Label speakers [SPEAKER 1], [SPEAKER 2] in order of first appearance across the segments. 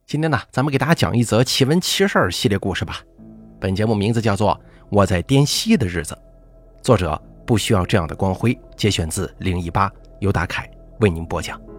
[SPEAKER 1] 今天呢，咱们给大家讲一则奇闻奇事系列故事吧。本节目名字叫做《我在滇西的日子》，作者不需要这样的光辉，节选自018，由大凯为您播讲。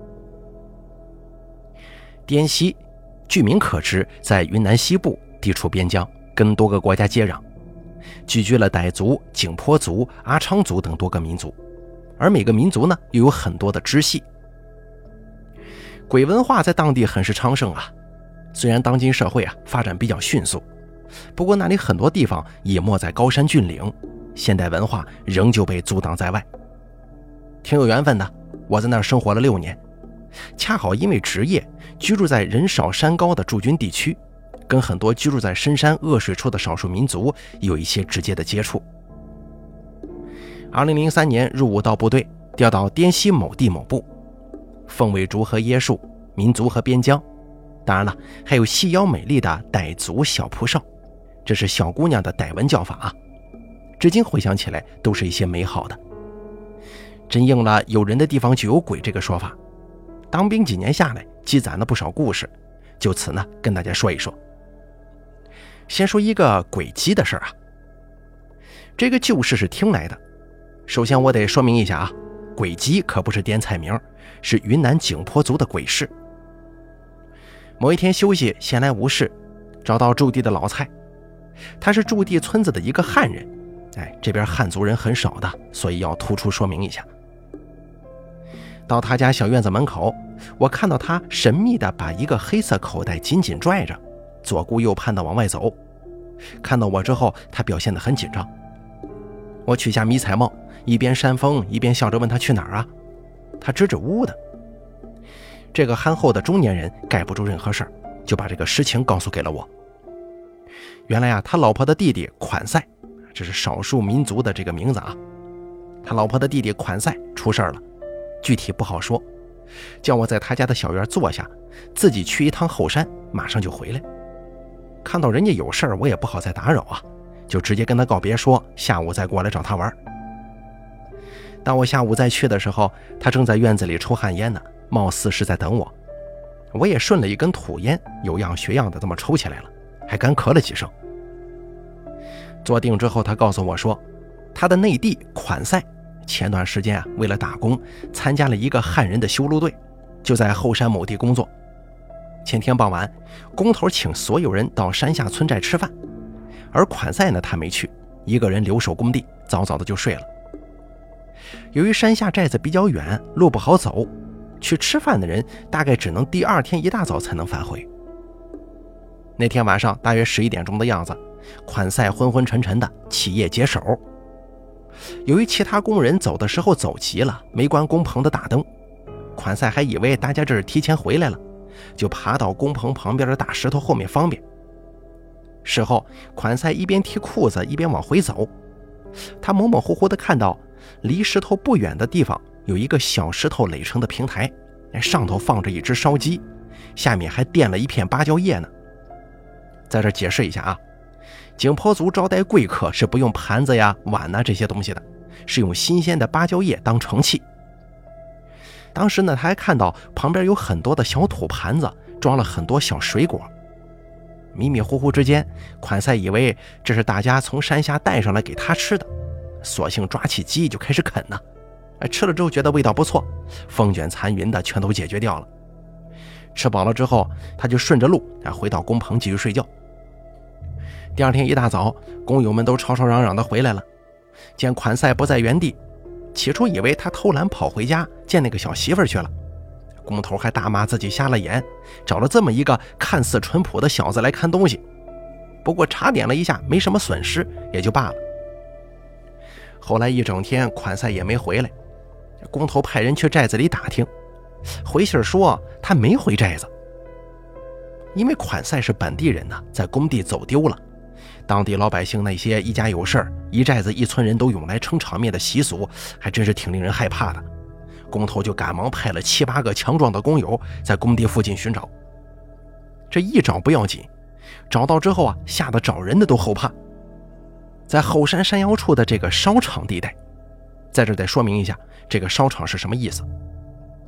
[SPEAKER 1] 滇西据名可知，在云南西部地处边疆，跟多个国家接壤，聚居了傣族、景颇族、阿昌族等多个民族，而每个民族呢，又有很多的支系。鬼文化在当地很是昌盛啊，虽然当今社会发展比较迅速，不过那里很多地方隐没在高山峻岭，现代文化仍旧被阻挡在外。挺有缘分的，我在那儿生活了6年，恰好因为职业居住在人少山高的驻军地区，跟很多居住在深山恶水处的少数民族有一些直接的接触。2003年入伍到部队，调到滇西某地某部，凤尾竹和椰树，民族和边疆，当然了，还有细腰美丽的傣族小蒲少，这是小姑娘的傣文叫法啊，至今回想起来都是一些美好的。真应了有人的地方就有鬼这个说法。当兵几年下来，积攒了不少故事，就此呢跟大家说一说。先说一个鬼鸡的事啊，这个旧事是听来的。首先我得说明一下啊，鬼鸡可不是滇菜名，是云南景颇族的鬼市。某一天休息闲来无事，找到驻地的老蔡，他是驻地村子的一个汉人，这边汉族人很少的，所以要突出说明一下。到他家小院子门口，我看到他神秘地把一个黑色口袋紧紧拽着，左顾右盼地往外走。看到我之后，他表现得很紧张。我取下迷彩帽，一边扇风一边笑着问他去哪儿啊？他支支吾吾的。这个憨厚的中年人盖不住任何事儿，就把这个实情告诉给了我。原来他老婆的弟弟款赛，这是少数民族的这个名字啊。他老婆的弟弟款赛出事了，具体不好说，叫我在他家的小院坐下，自己去一趟后山，马上就回来。看到人家有事儿，我也不好再打扰啊，就直接跟他告别说下午再过来找他玩。当我下午再去的时候，他正在院子里抽旱烟呢，貌似是在等我。我也顺了一根土烟，有样学样的这么抽起来了，还干咳了几声。坐定之后，他告诉我说，他的内弟款赛前段时间为了打工，参加了一个汉人的修路队，就在后山某地工作。前天傍晚，工头请所有人到山下村寨吃饭，而款赛呢，他没去，一个人留守工地，早早的就睡了。由于山下寨子比较远，路不好走，去吃饭的人大概只能第二天一大早才能返回。那天晚上大约11点钟的样子，款赛昏昏沉沉的起夜解手。由于其他工人走的时候走急了，没关工棚的大灯，款赛还以为大家这是提前回来了，就爬到工棚旁边的大石头后面方便。事后款赛一边提裤子一边往回走，他模模糊糊地看到离石头不远的地方有一个小石头垒成的平台，上头放着一只烧鸡，下面还垫了一片芭蕉叶呢。在这解释一下啊，景颇族招待贵客是不用盘子呀、碗这些东西的，是用新鲜的芭蕉叶当盛器。当时呢，他还看到旁边有很多的小土盘子，装了很多小水果。迷迷糊糊之间，款赛以为这是大家从山下带上来给他吃的，索性抓起鸡就开始啃呢。吃了之后觉得味道不错，风卷残云的全都解决掉了。吃饱了之后，他就顺着路回到工棚继续睡觉。第二天一大早，工友们都吵吵嚷嚷的回来了，见款赛不在原地，起初以为他偷懒跑回家见那个小媳妇去了。工头还大骂自己瞎了眼，找了这么一个看似淳朴的小子来看东西。不过查点了一下，没什么损失，也就罢了。后来一整天款赛也没回来，工头派人去寨子里打听，回信说他没回寨子。因为款赛是本地人呢，在工地走丢了，当地老百姓那些一家有事儿，一寨子一村人都涌来撑场面的习俗，还真是挺令人害怕的。工头就赶忙派了7、8个强壮的工友在工地附近寻找。这一找不要紧，找到之后吓得找人的都后怕。在后山山腰处的这个烧场地带，在这得说明一下这个烧场是什么意思。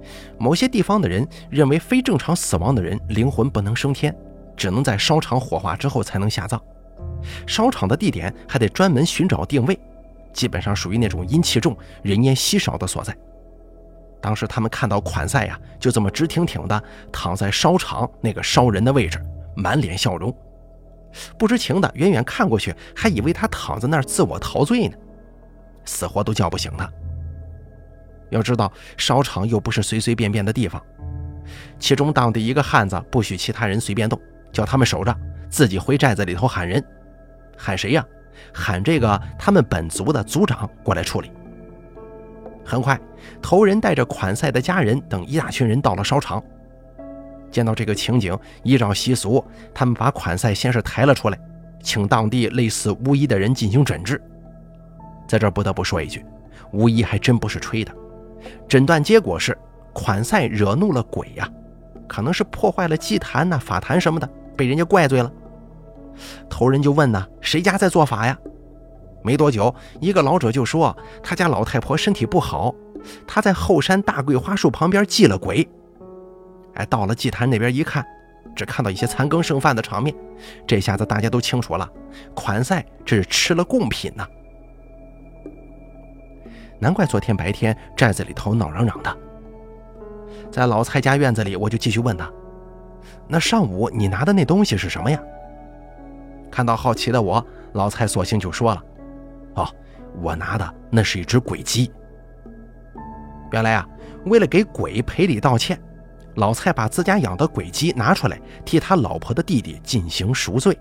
[SPEAKER 1] 某些地方的人认为非正常死亡的人灵魂不能升天，只能在烧场火化之后才能下葬。烧场的地点还得专门寻找定位，基本上属于那种阴气重、人烟稀少的所在。当时他们看到款赛呀，就这么直挺挺的躺在烧场那个烧人的位置，满脸笑容。不知情的远远看过去，还以为他躺在那儿自我陶醉呢，死活都叫不醒他。要知道烧场又不是随随便便的地方，其中当地一个汉子不许其他人随便动，叫他们守着，自己回寨子里头喊人。喊谁呀？喊这个他们本族的族长过来处理。很快，头人带着款赛的家人等一大群人到了烧场。见到这个情景，依照习俗，他们把款赛先是抬了出来，请当地类似巫医的人进行诊治。在这儿不得不说一句，巫医还真不是吹的。诊断结果是款赛惹怒了鬼呀，可能是破坏了祭坛呐、法坛什么的，被人家怪罪了。头人就问呐，谁家在做法呀？没多久，一个老者就说他家老太婆身体不好，他在后山大桂花树旁边祭了鬼。到了祭坛那边一看，只看到一些残羹剩饭的场面，这下子大家都清楚了，款赛这是吃了贡品呢。难怪昨天白天寨子里头闹嚷嚷的。在老蔡家院子里，我就继续问他，那上午你拿的那东西是什么呀？看到好奇的我，老蔡索性就说了，我拿的那是一只鬼鸡。原来啊，为了给鬼赔礼道歉，老蔡把自家养的鬼鸡拿出来，替他老婆的弟弟进行赎罪。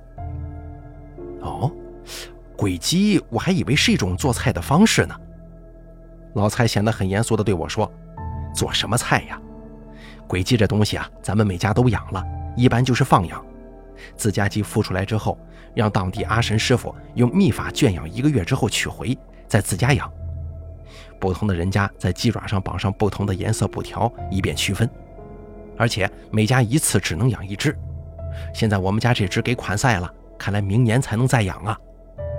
[SPEAKER 1] 鬼鸡我还以为是一种做菜的方式呢。老蔡显得很严肃地对我说，做什么菜呀？鬼鸡这东西啊，咱们每家都养了，一般就是放养。自家鸡孵出来之后，让当地阿神师傅用秘法圈养1个月之后取回，再自家养。不同的人家在鸡爪上绑上不同的颜色布条，以便区分。而且每家一次只能养1只。现在我们家这只给款赛了，看来明年才能再养啊。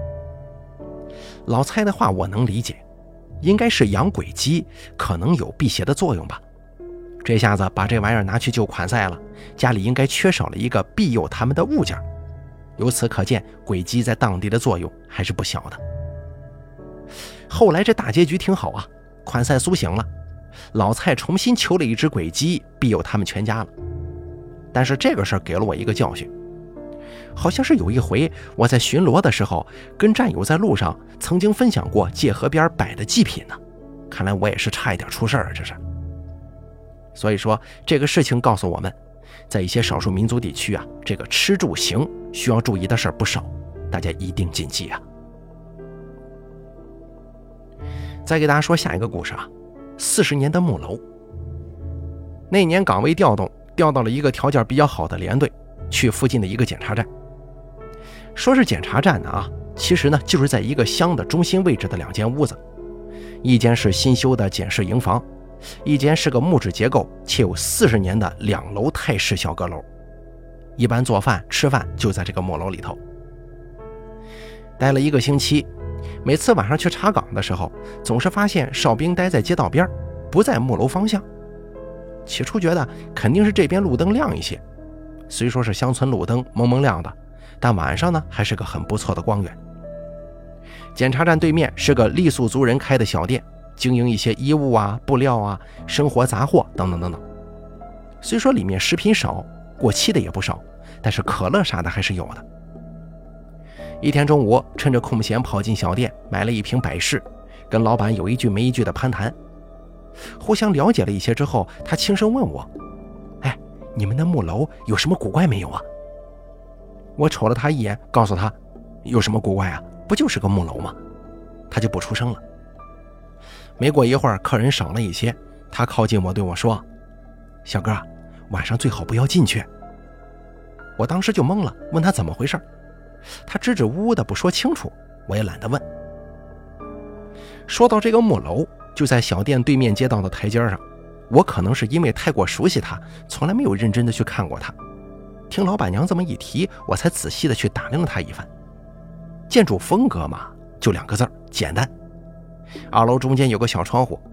[SPEAKER 1] 老蔡的话我能理解，应该是养鬼鸡可能有辟邪的作用吧。这下子把这玩意儿拿去救款赛了，家里应该缺少了一个庇佑他们的物件。由此可见，鬼鸡在当地的作用还是不小的。后来这大结局挺好啊，款赛苏醒了，老蔡重新求了一只鬼鸡庇佑他们全家了。但是这个事儿给了我一个教训，好像是有一回我在巡逻的时候，跟战友在路上曾经分享过界河边摆的祭品呢。看来我也是差一点出事儿，这是。所以说这个事情告诉我们，在一些少数民族地区啊，这个吃住行需要注意的事儿不少，大家一定谨记啊。再给大家说下一个故事啊，40年的木楼。那年岗位调动，调到了一个条件比较好的连队，去附近的一个检查站。说是检查站呢啊，其实呢就是在一个乡的中心位置的2间屋子，一间是新修的检视营房，一间是个木质结构且有40年的2楼泰式小阁楼。一般做饭吃饭就在这个木楼里头。待了1个星期，每次晚上去查岗的时候，总是发现哨兵待在街道边，不在木楼方向。起初觉得肯定是这边路灯亮一些，虽说是乡村路灯蒙蒙亮的，但晚上呢还是个很不错的光源。检查站对面是个傈僳族人开的小店，经营一些衣物啊、布料啊、生活杂货等等等等。虽说里面食品少，过期的也不少，但是可乐啥的还是有的。一天中午，趁着空闲跑进小店，买了一瓶百事，跟老板有一句没一句的攀谈。互相了解了一些之后，他轻声问我，你们的木楼有什么古怪没有啊？我瞅了他一眼，告诉他，有什么古怪啊，不就是个木楼吗？他就不出声了。没过一会儿，客人少了一些，他靠近我对我说，小哥，晚上最好不要进去。我当时就懵了，问他怎么回事，他支支吾吾的不说清楚，我也懒得问。说到这个木楼，就在小店对面街道的台阶上，我可能是因为太过熟悉它，从来没有认真的去看过它。听老板娘这么一提，我才仔细的去打量了它一番。建筑风格嘛，就2个字，简单。2楼中间有个小窗户，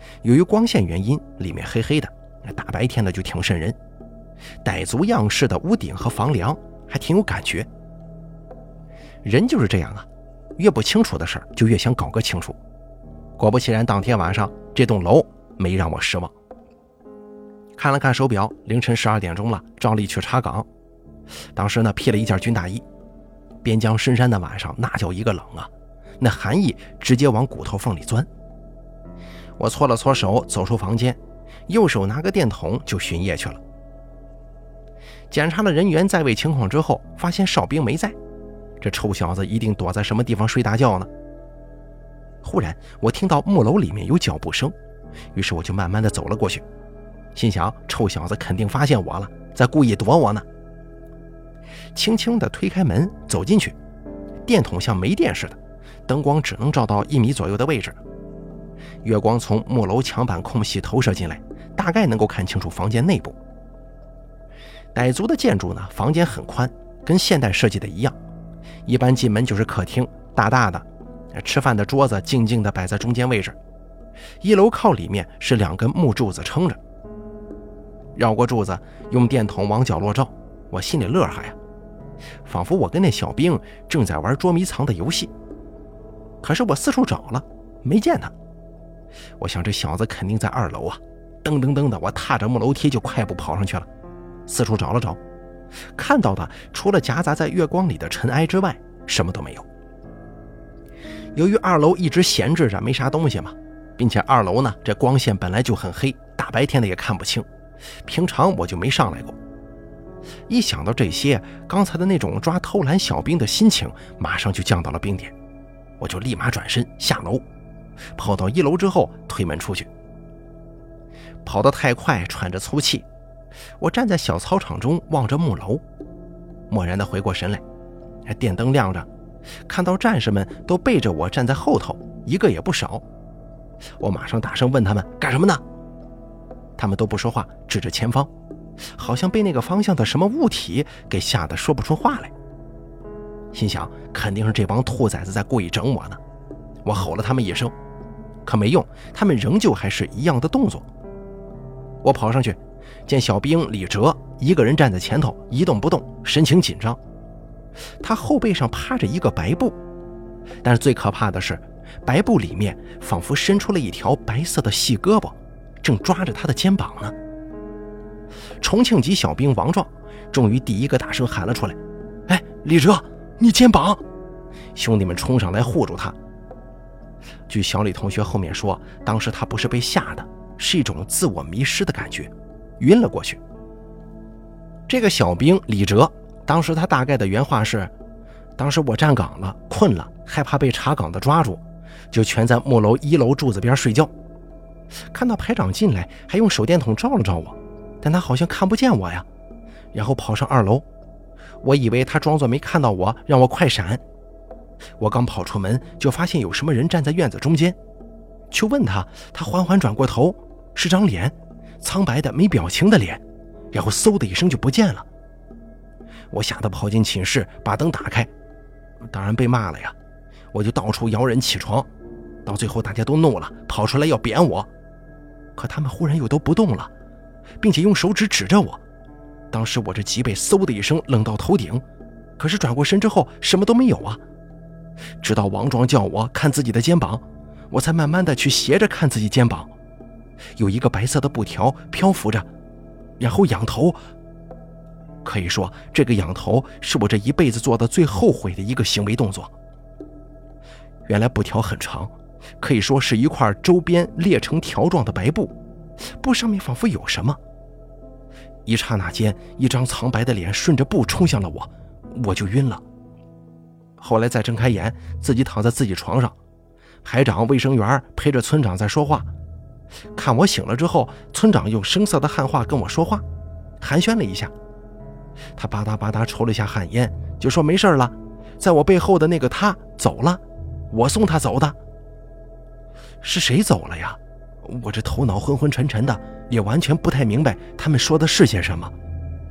[SPEAKER 1] 由于光线原因，里面黑黑的，大白天的就挺瘆人。傣族样式的屋顶和房梁还挺有感觉。人就是这样啊，越不清楚的事儿就越想搞个清楚。果不其然，当天晚上这栋楼没让我失望。看了看手表，凌晨12点钟了，照例去查岗。当时呢，披了一件军大衣。边疆深山的晚上那叫一个冷啊，那寒意直接往骨头缝里钻。我搓了搓手，走出房间，右手拿个电筒就巡夜去了。检查了人员在位情况之后，发现哨兵没在，这臭小子一定躲在什么地方睡大觉呢。忽然我听到木楼里面有脚步声，于是我就慢慢的走了过去，心想臭小子肯定发现我了，在故意躲我呢。轻轻地推开门走进去，电筒像没电似的，灯光只能照到1米左右的位置。月光从木楼墙板空隙投射进来，大概能够看清楚房间内部。傣族的建筑呢，房间很宽，跟现代设计的一样，一般进门就是客厅，大大的，吃饭的桌子静静地摆在中间位置。1楼靠里面是2根木柱子撑着。绕过柱子，用电筒往角落照，我心里乐呵呀，仿佛我跟那小兵正在玩捉迷藏的游戏。可是我四处找了，没见他。我想这小子肯定在2楼啊，噔噔噔的，我踏着木楼梯就快步跑上去了。四处找了找，看到的除了夹杂在月光里的尘埃之外，什么都没有。由于2楼一直闲置着，没啥东西嘛，并且2楼呢，这光线本来就很黑，大白天的也看不清，平常我就没上来过。一想到这些，刚才的那种抓偷懒小兵的心情马上就降到了冰点，我就立马转身下楼，跑到1楼之后推门出去。跑得太快，喘着粗气，我站在小操场中望着木楼，蓦然的回过神来，电灯亮着，看到战士们都背着我站在后头，一个也不少。我马上大声问他们干什么呢？他们都不说话，指着前方，好像被那个方向的什么物体给吓得说不出话来。心想肯定是这帮兔崽子在故意整我呢。我吼了他们一声，可没用，他们仍旧还是一样的动作。我跑上去，见小兵李哲一个人站在前头一动不动，神情紧张。他后背上趴着一个白布，但是最可怕的是，白布里面仿佛伸出了一条白色的细胳膊，正抓着他的肩膀呢。重庆籍小兵王壮终于第一个大声喊了出来：哎，李哲，你肩膀！兄弟们冲上来护住他。据小李同学后面说，当时他不是被吓的，是一种自我迷失的感觉，晕了过去。这个小兵李哲，当时他大概的原话是：当时我站岗了，困了，害怕被查岗的抓住，就全在木楼1楼柱子边睡觉。看到排长进来，还用手电筒照了照我，但他好像看不见我呀，然后跑上2楼。我以为他装作没看到我，让我快闪。我刚跑出门，就发现有什么人站在院子中间，去问他，他缓缓转过头，是张脸，苍白的没表情的脸，然后嗖的一声就不见了。我吓得跑进寝室，把灯打开，当然被骂了呀。我就到处摇人起床，到最后大家都怒了，跑出来要扁我，可他们忽然又都不动了，并且用手指指着我。当时我这脊背嗖的一声冷到头顶，可是转过身之后什么都没有啊。直到王壮叫我看自己的肩膀，我才慢慢的去斜着看自己肩膀，有一个白色的布条漂浮着，然后仰头。可以说这个仰头是我这一辈子做的最后悔的一个行为动作。原来布条很长，可以说是一块周边裂成条状的白布，布上面仿佛有什么。一刹那间，一张苍白的脸顺着布冲向了我，我就晕了。后来再睁开眼，自己躺在自己床上，排长、卫生员陪着村长在说话。看我醒了之后，村长用生涩的汉话跟我说话，寒暄了一下。他吧嗒吧嗒抽了一下旱烟，就说没事了，在我背后的那个他走了，我送他走的。是谁走了呀？我这头脑昏昏沉沉的，也完全不太明白他们说的是些什么。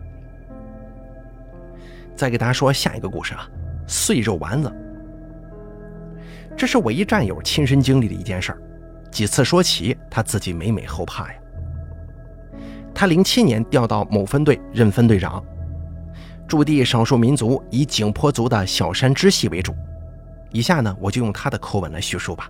[SPEAKER 1] 再给大家说下一个故事啊，碎肉丸子。这是我一战友亲身经历的一件事儿。 几次说起，他自己每每后怕呀。他07年调到某分队任分队长，驻地少数民族以景颇族的小山支系为主。以下呢，我就用他的口吻来叙述吧。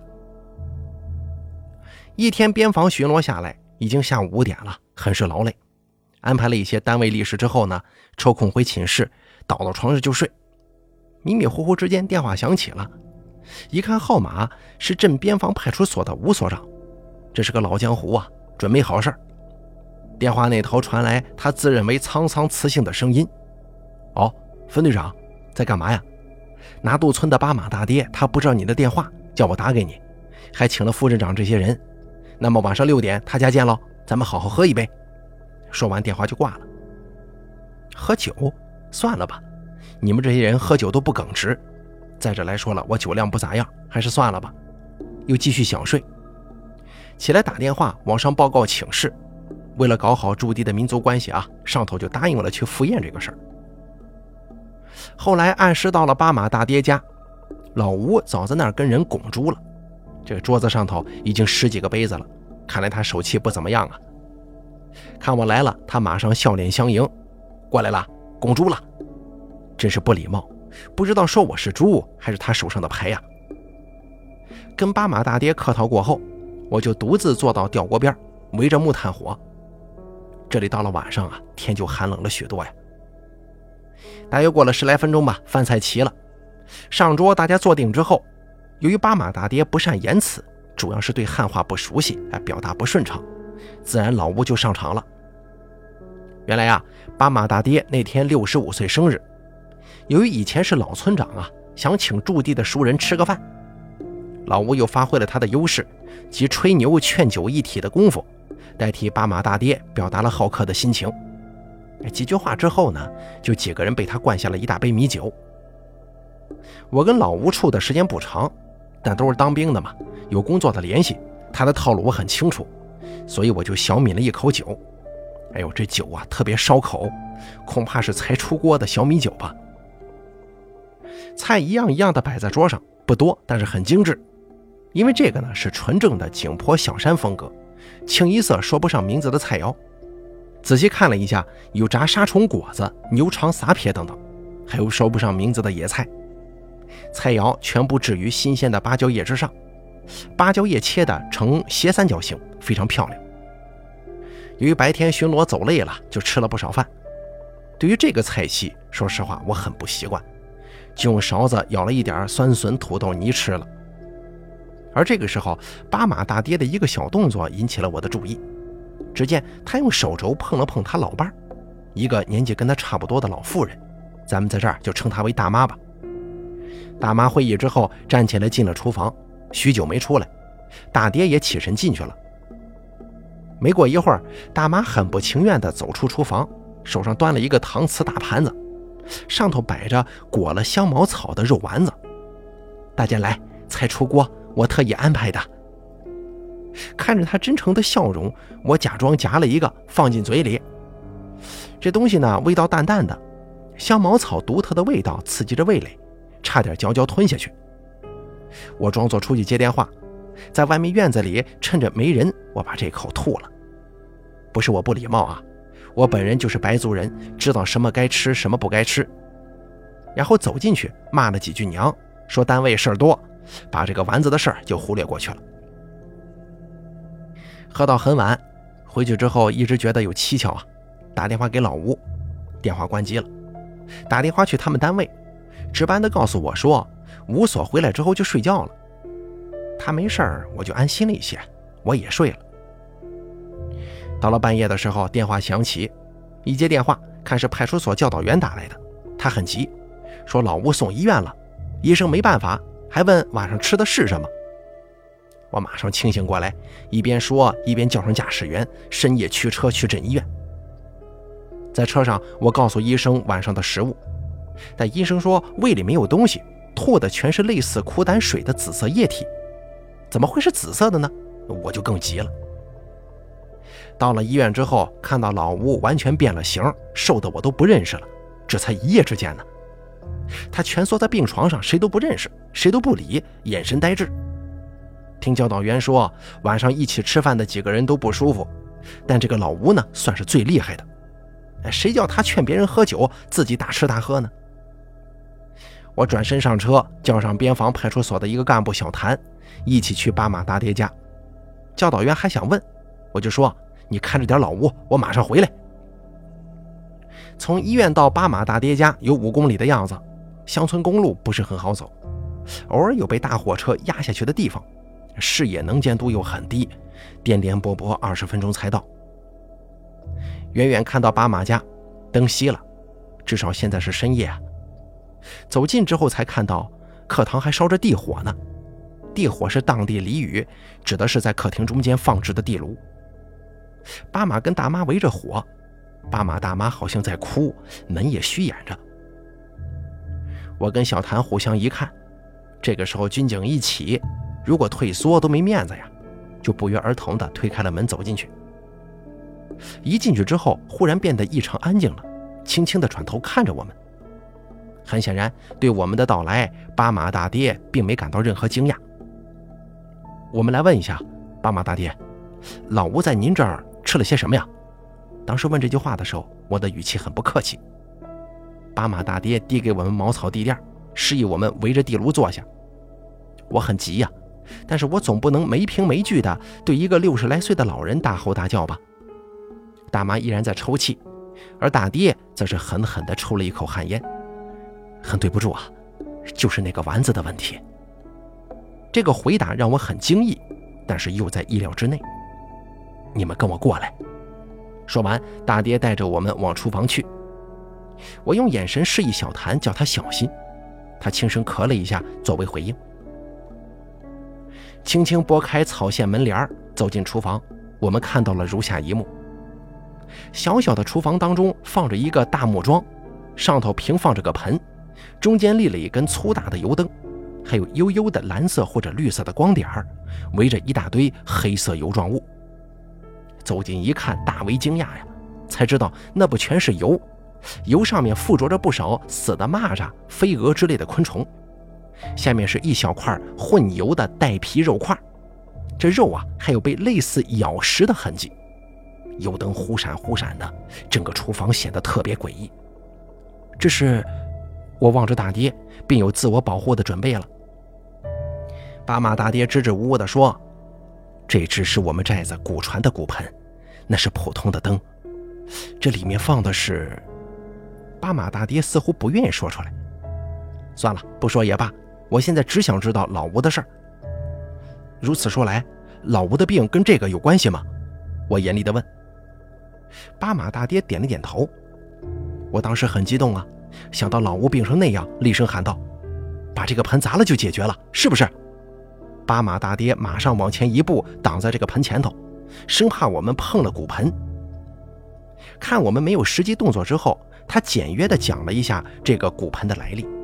[SPEAKER 1] 一天边防巡逻下来，已经下午5点了，很是劳累。安排了一些单位历事之后呢，抽空回寝室，倒到床上就睡。迷迷糊糊之间，电话响起了，一看号码是镇边防派出所的吴所长，这是个老江湖啊，准没好事。电话那头传来他自认为沧桑磁性的声音：“哦，分队长，在干嘛呀？拿渡村的巴马大爹他不知道你的电话，叫我打给你，还请了副镇长这些人。那么晚上6点他家见喽，咱们好好喝一杯。”说完电话就挂了。喝酒？算了吧，你们这些人喝酒都不耿直。再者来说了，我酒量不咋样，还是算了吧。又继续想睡，起来打电话往上报告请示。为了搞好驻地的民族关系啊，上头就答应了去赴宴这个事儿。后来按时到了巴马大爹家，老吴早在那儿跟人拱猪了，这个桌子上头已经10几个杯子了，看来他手气不怎么样啊。看我来了，他马上笑脸相迎：“过来了，拱猪了。”真是不礼貌，不知道说我是猪还是他手上的牌呀。跟巴马大爹客套过后，我就独自坐到吊锅边，围着木炭火。这里到了晚上啊，天就寒冷了许多呀。大约过了10来分钟吧，饭菜齐了，上桌大家坐定之后，由于巴马大爹不善言辞，主要是对汉话不熟悉，表达不顺畅，自然老吴就上场了。原来啊，巴马大爹那天65岁生日，由于以前是老村长啊，想请驻地的熟人吃个饭。老吴又发挥了他的优势，即吹牛劝酒一体的功夫，代替巴马大爹表达了好客的心情。几句话之后呢，就几个人被他灌下了一大杯米酒。我跟老吴处的时间不长，但都是当兵的嘛，有工作的联系，他的套路我很清楚，所以我就小抿了一口酒。哎呦，这酒啊特别烧口，恐怕是才出锅的小米酒吧。菜一样一样的摆在桌上，不多，但是很精致。因为这个呢是纯正的景颇小山风格，清一色说不上名字的菜肴。仔细看了一下，有炸沙虫果子、牛肠撒撇等等，还有说不上名字的野菜。菜肴全部置于新鲜的芭蕉叶之上，芭蕉叶切的呈斜三角形，非常漂亮。由于白天巡逻走累了，就吃了不少饭。对于这个菜系，说实话我很不习惯，就用勺子舀了一点酸笋土豆泥吃了。而这个时候，巴马大爹的一个小动作引起了我的注意。只见他用手肘碰了碰他老伴，一个年纪跟他差不多的老妇人，咱们在这儿就称她为大妈吧。大妈会意之后站起来进了厨房，许久没出来，大爹也起身进去了。没过一会儿，大妈很不情愿地走出厨房，手上端了一个搪瓷大盘子，上头摆着裹了香茅草的肉丸子。大家来，菜出锅，我特意安排的。看着他真诚的笑容，我假装夹了一个放进嘴里。这东西呢，味道淡淡的，香茅草独特的味道刺激着味蕾，差点嚼嚼吞下去。我装作出去接电话，在外面院子里趁着没人，我把这口吐了。不是我不礼貌啊，我本人就是白族人，知道什么该吃什么不该吃。然后走进去骂了几句娘，说单位事儿多，把这个丸子的事儿就忽略过去了。喝到很晚，回去之后一直觉得有蹊跷啊，打电话给老吴，电话关机了。打电话去他们单位，值班的告诉我说吴所回来之后就睡觉了。他没事儿，我就安心了一些，我也睡了。到了半夜的时候，电话响起，一接电话看是派出所教导员打来的，他很急，说老吴送医院了，医生没办法，还问晚上吃的是什么。我马上清醒过来，一边说一边叫上驾驶员，深夜驱车去镇医院。在车上，我告诉医生晚上的食物，但医生说胃里没有东西，吐的全是类似苦胆水的紫色液体。怎么会是紫色的呢？我就更急了。到了医院之后，看到老吴完全变了形，瘦的我都不认识了，这才一夜之间呢。他蜷缩在病床上，谁都不认识，谁都不理，眼神呆滞。 听教导员说，晚上一起吃饭的几个人都不舒服，但这个老吴呢，算是最厉害的。谁叫他劝别人喝酒，自己大吃大喝呢？我转身上车，叫上边防派出所的一个干部小谭，一起去巴马大爹家。教导员还想问，我就说：“你看着点老吴，我马上回来。”从医院到巴马大爹家有5公里的样子，乡村公路不是很好走，偶尔有被大货车压下去的地方，视野能见度又很低，颠颠簸簸20分钟才到。远远看到巴马家，灯熄了，至少现在是深夜啊。走近之后才看到客堂还烧着地火呢，地火是当地俚语，指的是在客厅中间放置的地炉。巴马跟大妈围着火，巴马大妈好像在哭，门也虚掩着。我跟小谭互相一看，这个时候军警一起，如果退缩都没面子呀，就不约而同地推开了门走进去。一进去之后，忽然变得异常安静了，轻轻地转头看着我们。很显然，对我们的到来，巴马大爹并没感到任何惊讶。我们来问一下，巴马大爹，老吴在您这儿吃了些什么呀？当时问这句话的时候，我的语气很不客气。巴马大爹递给我们茅草地垫，示意我们围着地炉坐下。我很急呀，但是我总不能没凭没据的对一个60来岁的老人大吼大叫吧。大妈依然在抽泣，而大爹则是狠狠地抽了一口旱烟。很对不住啊，就是那个丸子的问题。这个回答让我很惊异，但是又在意料之内。你们跟我过来。说完，大爹带着我们往厨房去。我用眼神示意小谭叫他小心，他轻声咳了一下作为回应。轻轻拨开草线门帘，走进厨房，我们看到了如下一幕。小小的厨房当中放着一个大木桩，上头平放着个盆，中间立了一根粗大的油灯，还有幽幽的蓝色或者绿色的光点，围着一大堆黑色油状物。走近一看，大为惊讶呀，才知道那不全是油，油上面附着着不少死的蚂蚱、飞蛾之类的昆虫，下面是一小块混油的带皮肉块，这肉啊还有被类似咬食的痕迹。油灯忽闪忽闪的，整个厨房显得特别诡异。这是……我望着大爹，便有自我保护的准备了。巴马大爹支支吾吾地说：“这只是我们寨子古传的骨盆，那是普通的灯，这里面放的是……”巴马大爹似乎不愿意说出来。算了，不说也罢，我现在只想知道老吴的事儿。如此说来，老吴的病跟这个有关系吗？我严厉地问。巴马大爹点了点头。我当时很激动啊，想到老吴病成那样，厉声喊道：“把这个盆砸了就解决了，是不是？”巴马大爹马上往前一步，挡在这个盆前头，生怕我们碰了骨盆。看我们没有实际动作之后，他简约地讲了一下这个骨盆的来历。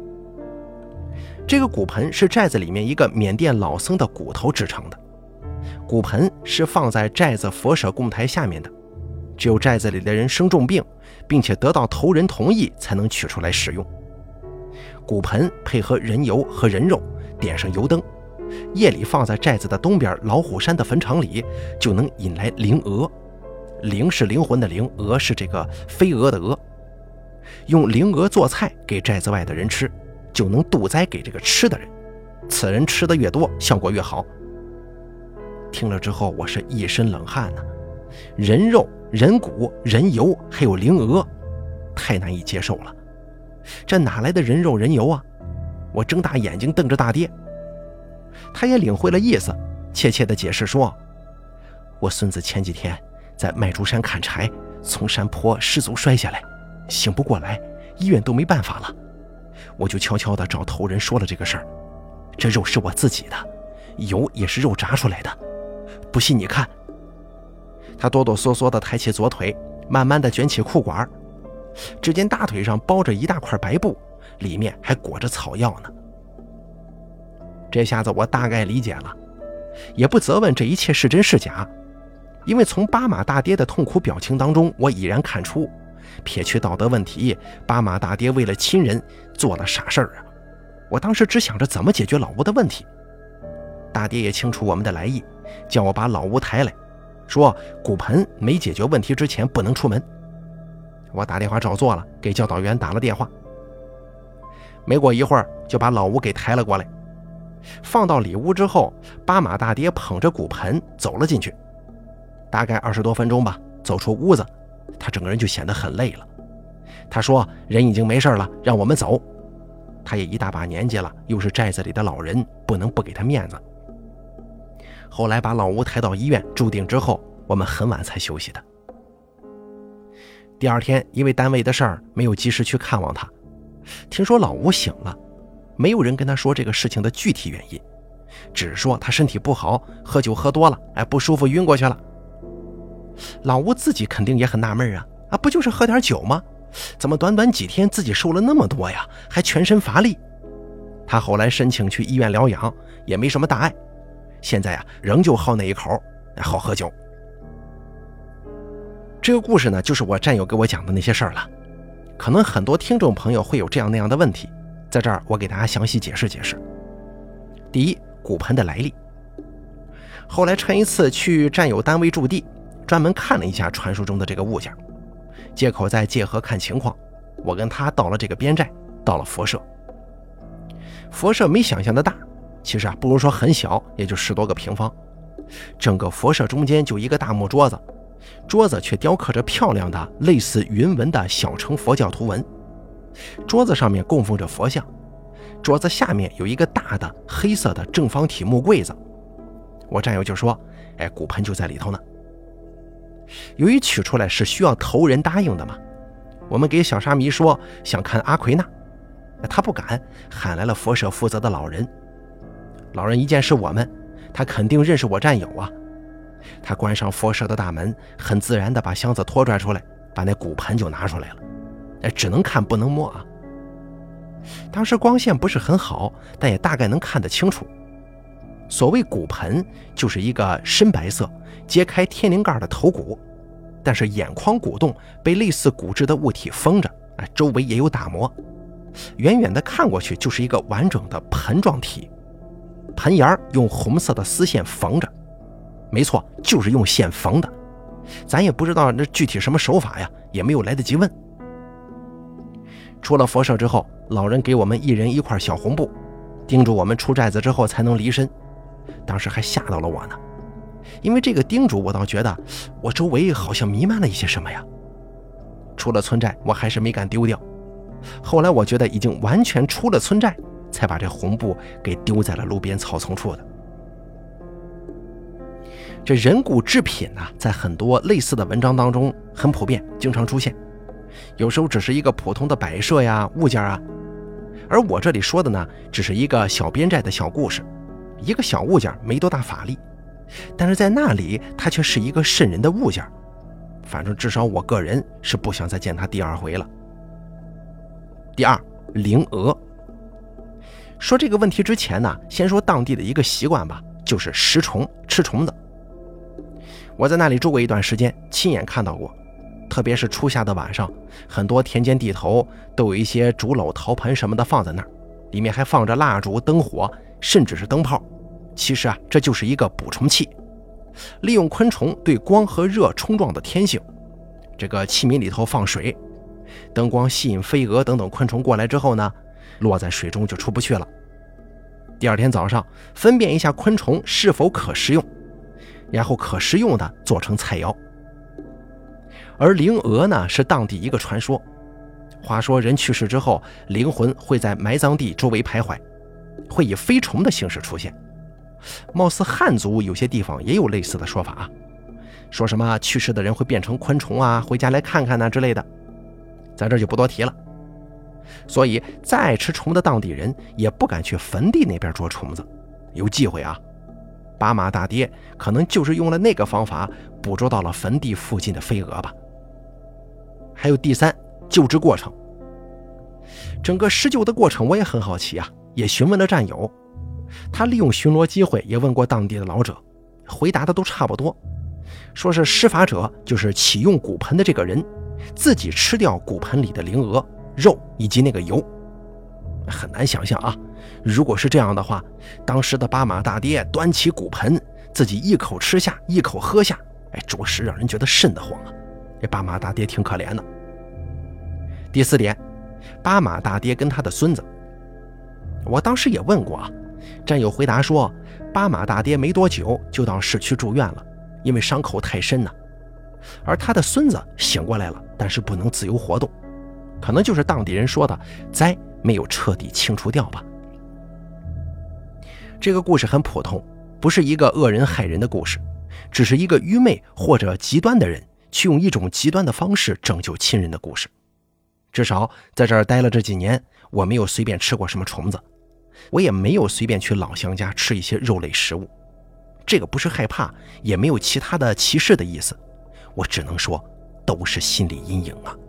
[SPEAKER 1] 这个骨盆是寨子里面一个缅甸老僧的骨头制成的，骨盆是放在寨子佛舍供台下面的，只有寨子里的人生重病，并且得到头人同意才能取出来使用。骨盆配合人油和人肉，点上油灯，夜里放在寨子的东边老虎山的坟场里，就能引来灵蛾。灵是灵魂的灵，蛾是这个飞蛾的蛾。用灵蛾做菜给寨子外的人吃，就能渡灾给这个吃的人，此人吃的越多，效果越好。听了之后，我是一身冷汗呢。人肉、人骨、人油还有灵蛾，太难以接受了。这哪来的人肉人油啊？我睁大眼睛瞪着大爹，他也领会了意思，怯怯地解释说：“我孙子前几天在麦竹山砍柴，从山坡失足摔下来，醒不过来，医院都没办法了。我就悄悄地找头人说了这个事儿。这肉是我自己的，油也是肉炸出来的，不信你看。”他哆哆嗦嗦地抬起左腿，慢慢地卷起裤管，只见大腿上包着一大块白布，里面还裹着草药呢。这下子我大概理解了，也不责问这一切是真是假，因为从巴马大爹的痛苦表情当中，我已然看出，撇去道德问题，巴马大爹为了亲人做了傻事儿啊！我当时只想着怎么解决老吴的问题。 大爹也清楚我们的来意，叫我把老吴抬来，说骨盆没解决问题之前不能出门。我打电话照做了，给教导员打了电话。没过一会儿就把老吴给抬了过来，放到里屋之后，巴马大爹捧着骨盆走了进去，大概20多分钟吧，走出屋子，他整个人就显得很累了。他说人已经没事了，让我们走。他也一大把年纪了，又是寨子里的老人，不能不给他面子。后来把老吴抬到医院住定之后，我们很晚才休息的。第二天因为单位的事儿没有及时去看望他，听说老吴醒了，没有人跟他说这个事情的具体原因，只说他身体不好，喝酒喝多了，不舒服晕过去了。老吴自己肯定也很纳闷啊，不就是喝点酒吗？怎么短短几天自己瘦了那么多呀，还全身乏力？他后来申请去医院疗养，也没什么大碍，现在仍旧好那一口，好喝酒。这个故事呢，就是我战友给我讲的那些事儿了。可能很多听众朋友会有这样那样的问题，在这儿我给大家详细解释解释。第一，骨盆的来历。后来趁一次去战友单位驻地，专门看了一下传说中的这个物件，借口在界河看情况，我跟他到了这个边寨，到了佛社。佛社没想象的大，其实不如说很小，也就10多个平方。整个佛社中间就一个大木桌子，桌子却雕刻着漂亮的类似云纹的小乘佛教图文。桌子上面供奉着佛像，桌子下面有一个大的黑色的正方体木柜子。我战友就说骨盆就在里头呢。由于取出来是需要头人答应的嘛，我们给小沙弥说想看阿奎那，他不敢，喊来了佛社负责的老人。老人一见是我们，他肯定认识我战友啊。他关上佛社的大门，很自然地把箱子拖拽出来，把那骨盆就拿出来了。只能看不能摸啊。当时光线不是很好，但也大概能看得清楚。所谓骨盆，就是一个深白色揭开天灵盖的头骨，但是眼眶骨洞被类似骨质的物体封着，周围也有打磨，远远的看过去就是一个完整的盆状体，盆沿用红色的丝线缝着，没错，就是用线缝的，咱也不知道这具体什么手法呀，也没有来得及问。出了佛社之后，老人给我们一人一块小红布，叮嘱我们出寨子之后才能离身。当时还吓到了我呢，因为这个叮嘱我倒觉得我周围好像弥漫了一些什么呀。出了村寨我还是没敢丢掉，后来我觉得已经完全出了村寨，才把这红布给丢在了路边草丛处的。这人骨制品在很多类似的文章当中很普遍，经常出现，有时候只是一个普通的摆设呀、物件啊，而我这里说的呢，只是一个小边寨的小故事，一个小物件没多大法力，但是在那里它却是一个瘆人的物件，反正至少我个人是不想再见它第二回了。第二，灵蛾。说这个问题之前呢，先说当地的一个习惯吧，就是食虫，吃虫子。我在那里住过一段时间，亲眼看到过，特别是初夏的晚上，很多田间地头都有一些竹篓、陶盆什么的放在那儿，里面还放着蜡烛、灯火，甚至是灯泡。其实这就是一个捕虫器，利用昆虫对光和热冲撞的天性。这个器皿里头放水，灯光吸引飞蛾等等昆虫过来之后呢，落在水中就出不去了。第二天早上分辨一下昆虫是否可食用，然后可食用的做成菜肴。而灵蛾呢，是当地一个传说。话说人去世之后，灵魂会在埋葬地周围徘徊，会以飞虫的形式出现。貌似汉族有些地方也有类似的说法说什么去世的人会变成昆虫回家来看看之类的，在这就不多提了。所以再爱吃虫的当地人也不敢去坟地那边捉虫子，有忌讳巴马大爹可能就是用了那个方法捕捉到了坟地附近的飞蛾吧。还有第三，救治过程。整个施救的过程我也很好奇也询问了战友，他利用巡逻机会也问过当地的老者，回答的都差不多，说是施法者就是启用骨盆的这个人自己吃掉骨盆里的灵蛾肉以及那个油。很难想象如果是这样的话，当时的巴马大爹端起骨盆，自己一口吃下，一口喝下，着实让人觉得瘆得慌啊。这巴马大爹挺可怜的。第4点，巴马大爹跟他的孙子。我当时也问过啊，战友回答说，巴马大爹没多久就到市区住院了，因为伤口太深了。而他的孙子醒过来了，但是不能自由活动，可能就是当地人说的灾没有彻底清除掉吧。这个故事很普通，不是一个恶人害人的故事，只是一个愚昧或者极端的人去用一种极端的方式拯救亲人的故事。至少在这儿待了这几年，我没有随便吃过什么虫子，我也没有随便去老乡家吃一些肉类食物。这个不是害怕，也没有其他的歧视的意思，我只能说都是心理阴影啊。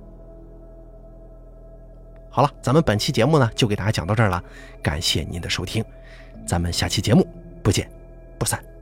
[SPEAKER 1] 好了，咱们本期节目呢就给大家讲到这儿了，感谢您的收听，咱们下期节目不见不散。